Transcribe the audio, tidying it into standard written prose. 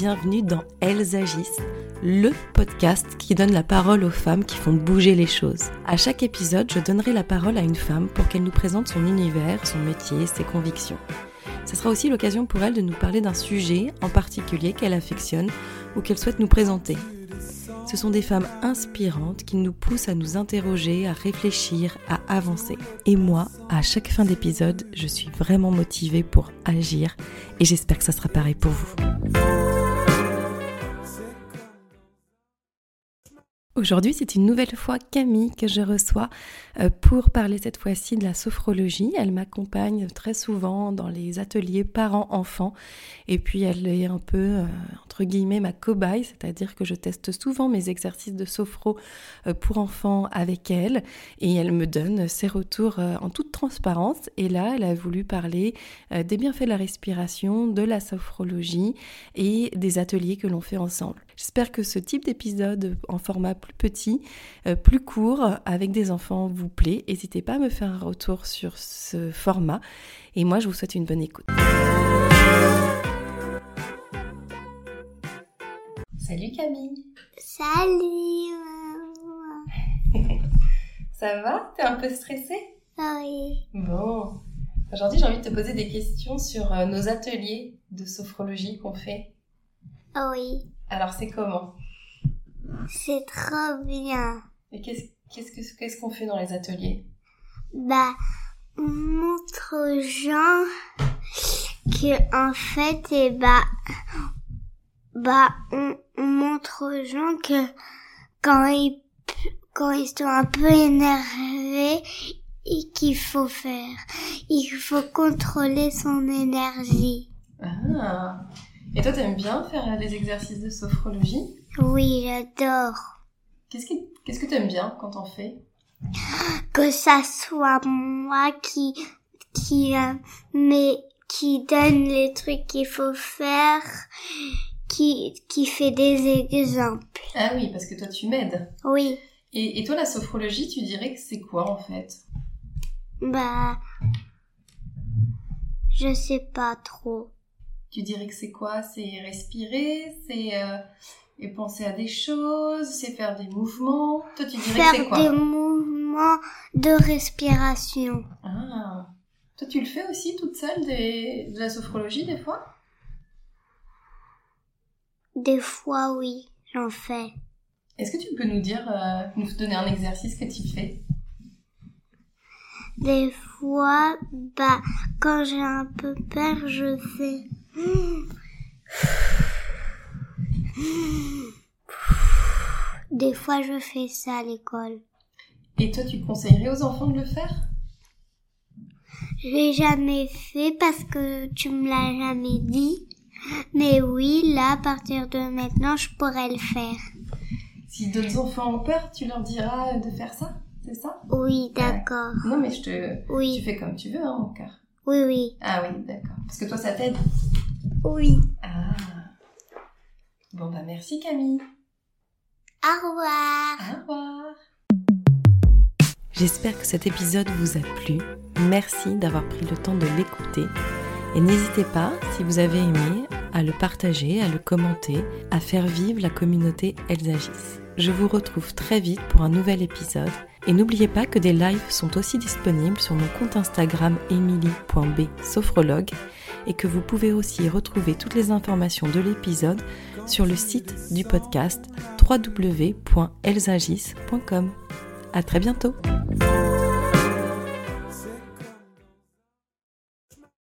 bienvenue dans Elles agissent, le podcast qui donne la parole aux femmes qui font bouger les choses. À chaque épisode, je donnerai la parole à une femme pour qu'elle nous présente son univers, son métier, ses convictions. Ce sera aussi l'occasion pour elle de nous parler d'un sujet en particulier qu'elle affectionne ou qu'elle souhaite nous présenter. Ce sont des femmes inspirantes qui nous poussent à nous interroger, à réfléchir, à avancer. Et moi, à chaque fin d'épisode, je suis vraiment motivée pour agir et j'espère que ça sera pareil pour vous. Aujourd'hui, c'est une nouvelle fois Camille que je reçois pour parler cette fois-ci de la sophrologie. Elle m'accompagne très souvent dans les ateliers parents-enfants et puis elle est un peu, entre guillemets, ma cobaye, c'est-à-dire que je teste souvent mes exercices de sophro pour enfants avec elle et elle me donne ses retours en toute transparence. Et là, elle a voulu parler des bienfaits de la respiration, de la sophrologie et des ateliers que l'on fait ensemble. J'espère que ce type d'épisode en format plus petit, plus court, avec des enfants vous plaît. N'hésitez pas à me faire un retour sur ce format. Et moi, je vous souhaite une bonne écoute. Salut Camille. Salut. Ça va ? T'es un peu stressée ? Oui. Bon. Aujourd'hui, j'ai envie de te poser des questions sur nos ateliers de sophrologie qu'on fait. Oui. Alors, c'est comment ? C'est trop bien. Et qu'est-ce qu'on fait dans les ateliers ? On montre aux gens que en fait, on montre aux gens que quand ils sont un peu énervés, et qu'il faut contrôler son énergie. Ah. Et toi, t'aimes bien faire les exercices de sophrologie ? Oui, j'adore. Qu'est-ce que t'aimes bien quand t'en fais ? Que ça soit moi qui donne les trucs qu'il faut faire, qui fait des exemples. Ah oui, parce que toi, tu m'aides. Oui. Et toi, la sophrologie, tu dirais que c'est quoi, en fait ? Je sais pas trop. Tu dirais que c'est quoi ? C'est respirer, c'est penser à des choses, c'est faire des mouvements. Toi, tu dirais que c'est quoi ? Faire des mouvements de respiration. Ah. Toi, tu le fais aussi toute seule de la sophrologie, des fois ? Des fois, oui, j'en fais. Est-ce que tu peux nous donner un exercice que tu fais ? Des fois, quand j'ai un peu peur, je fais... Des fois, je fais ça à l'école. Et toi, tu conseillerais aux enfants de le faire ? Je l'ai jamais fait parce que tu me l'as jamais dit. Mais oui, là, à partir de maintenant, je pourrais le faire. Si d'autres enfants ont peur, tu leur diras de faire ça ? C'est ça ? Oui, d'accord. Non, mais Oui. Tu fais comme tu veux, mon cœur. Oui, oui. Ah oui, d'accord. Parce que toi, ça t'aide ? Oui. Ah. Bon, merci Camille. Au revoir. Au revoir. J'espère que cet épisode vous a plu. Merci d'avoir pris le temps de l'écouter. Et n'hésitez pas, si vous avez aimé, à le partager, à le commenter, à faire vivre la communauté Elles agissent. Je vous retrouve très vite pour un nouvel épisode. Et n'oubliez pas que des lives sont aussi disponibles sur mon compte Instagram emily.b-sophrologue et que vous pouvez aussi retrouver toutes les informations de l'épisode sur le site du podcast www.ellesagissent.com. À très bientôt.